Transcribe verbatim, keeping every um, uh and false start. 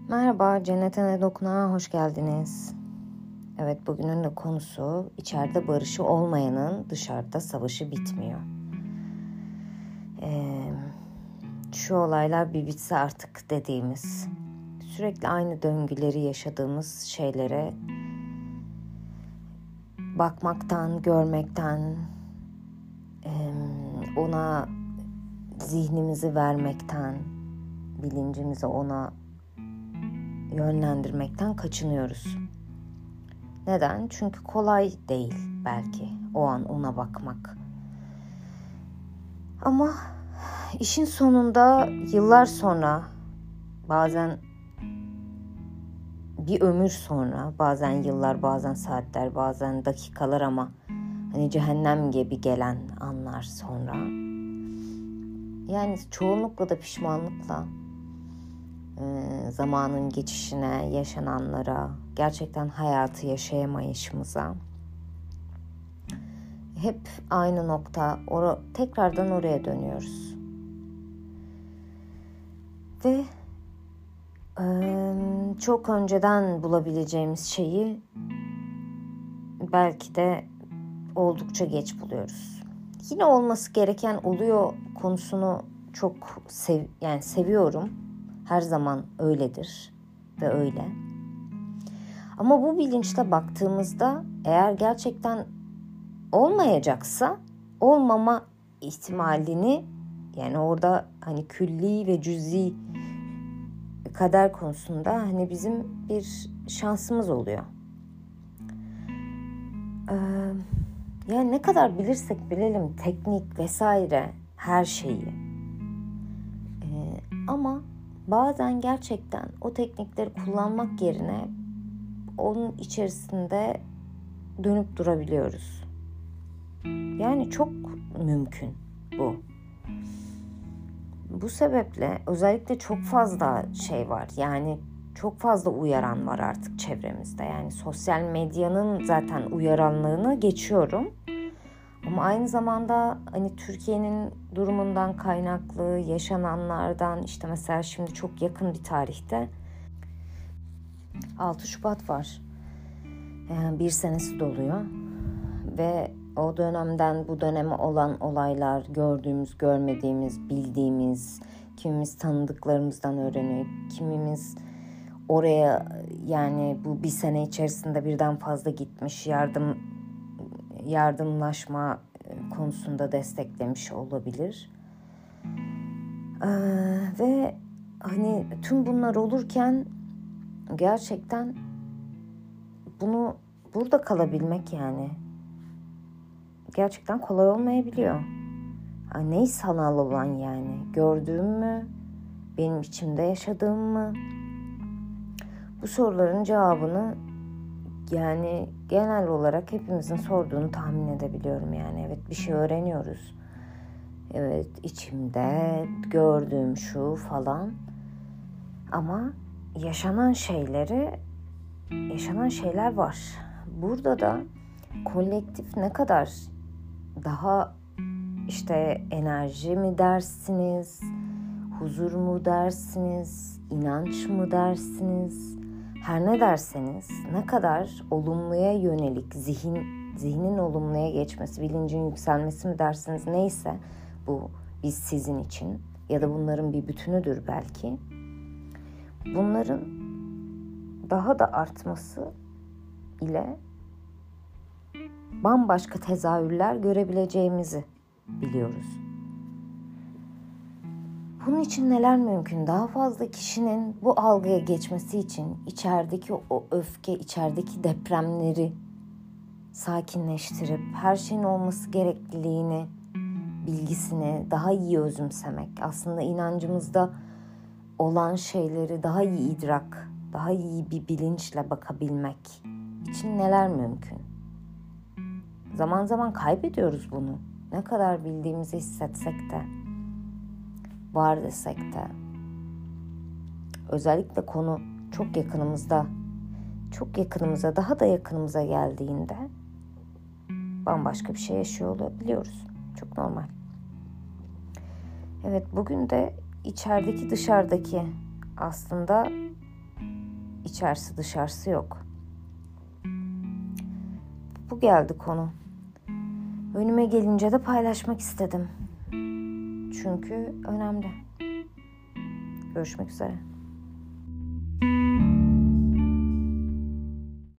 Merhaba, Cennete Ne Dokunağa hoş geldiniz. Evet, bugünün de konusu içeride barışı olmayanın dışarıda savaşı bitmiyor. Ee, şu olaylar bir bitse artık dediğimiz, sürekli aynı döngüleri yaşadığımız şeylere bakmaktan, görmekten, ona zihnimizi vermekten, bilincimizi ona yönlendirmekten kaçınıyoruz. Neden? Çünkü kolay değil belki o an ona bakmak. Ama işin sonunda yıllar sonra, bazen bir ömür sonra, bazen yıllar, bazen saatler, bazen dakikalar ama hani cehennem gibi gelen anlar sonra, yani çoğunlukla da pişmanlıkla zamanın geçişine, yaşananlara, gerçekten hayatı yaşayamayışımıza hep aynı nokta, or- tekrardan oraya dönüyoruz. Ve e, çok önceden bulabileceğimiz şeyi belki de oldukça geç buluyoruz. Yine olması gereken oluyor konusunu çok sev- yani seviyorum. Her zaman öyledir ve öyle. Ama bu bilinçle baktığımızda eğer gerçekten olmayacaksa olmama ihtimalini, yani orada hani külli ve cüzi kader konusunda hani bizim bir şansımız oluyor. Ee, yani ne kadar bilirsek bilelim teknik vesaire her şeyi. Ee, ama bazen gerçekten o teknikleri kullanmak yerine onun içerisinde dönüp durabiliyoruz. Yani çok mümkün bu. Bu sebeple özellikle çok fazla şey var. Yani çok fazla uyaran var artık çevremizde. Yani sosyal medyanın zaten uyaranlığını geçiyorum. Ama aynı zamanda hani Türkiye'nin durumundan kaynaklı, yaşananlardan, işte mesela şimdi çok yakın bir tarihte altı Şubat var. Yani bir senesi doluyor. Ve o dönemden bu döneme olan olaylar, gördüğümüz, görmediğimiz, bildiğimiz, kimimiz tanıdıklarımızdan öğreniyor, kimimiz oraya yani bu bir sene içerisinde birden fazla gitmiş, yardım yardımlaşma konusunda desteklemiş olabilir. Ee, ve hani tüm bunlar olurken gerçekten bunu burada kalabilmek yani gerçekten kolay olmayabiliyor. Yani ney sanal olan yani? Gördüğüm mü? Benim içimde yaşadığım mı? Bu soruların cevabını yani genel olarak hepimizin sorduğunu tahmin edebiliyorum yani. Evet, bir şey öğreniyoruz. Evet, içimde gördüğüm şu falan. Ama yaşanan şeyleri, yaşanan şeyler var. Burada da kolektif ne kadar daha işte enerji mi dersiniz, huzur mu dersiniz, inanç mı dersiniz, her ne derseniz ne kadar olumluya yönelik zihin, zihnin olumluya geçmesi, bilincin yükselmesi mi dersiniz, neyse bu biz sizin için ya da bunların bir bütünüdür belki. Bunların daha da artması ile bambaşka tezahürler görebileceğimizi biliyoruz. Bunun için neler mümkün? Daha fazla kişinin bu algıya geçmesi için içerideki o öfke, içerideki depremleri sakinleştirip her şeyin olması gerekliliğini, bilgisini daha iyi özümsemek, aslında inancımızda olan şeyleri daha iyi idrak, daha iyi bir bilinçle bakabilmek için neler mümkün? Zaman zaman kaybediyoruz bunu. Ne kadar bildiğimizi hissetsek de, var desek de. Özellikle konu çok yakınımızda, çok yakınımıza, daha da yakınımıza geldiğinde bambaşka bir şey yaşıyor olabiliyoruz. Çok normal. Evet, bugün de içerideki dışarıdaki aslında içerisi dışarısı yok. Bu geldi konu. Önüme gelince de paylaşmak istedim. Çünkü önemli. Görüşmek üzere.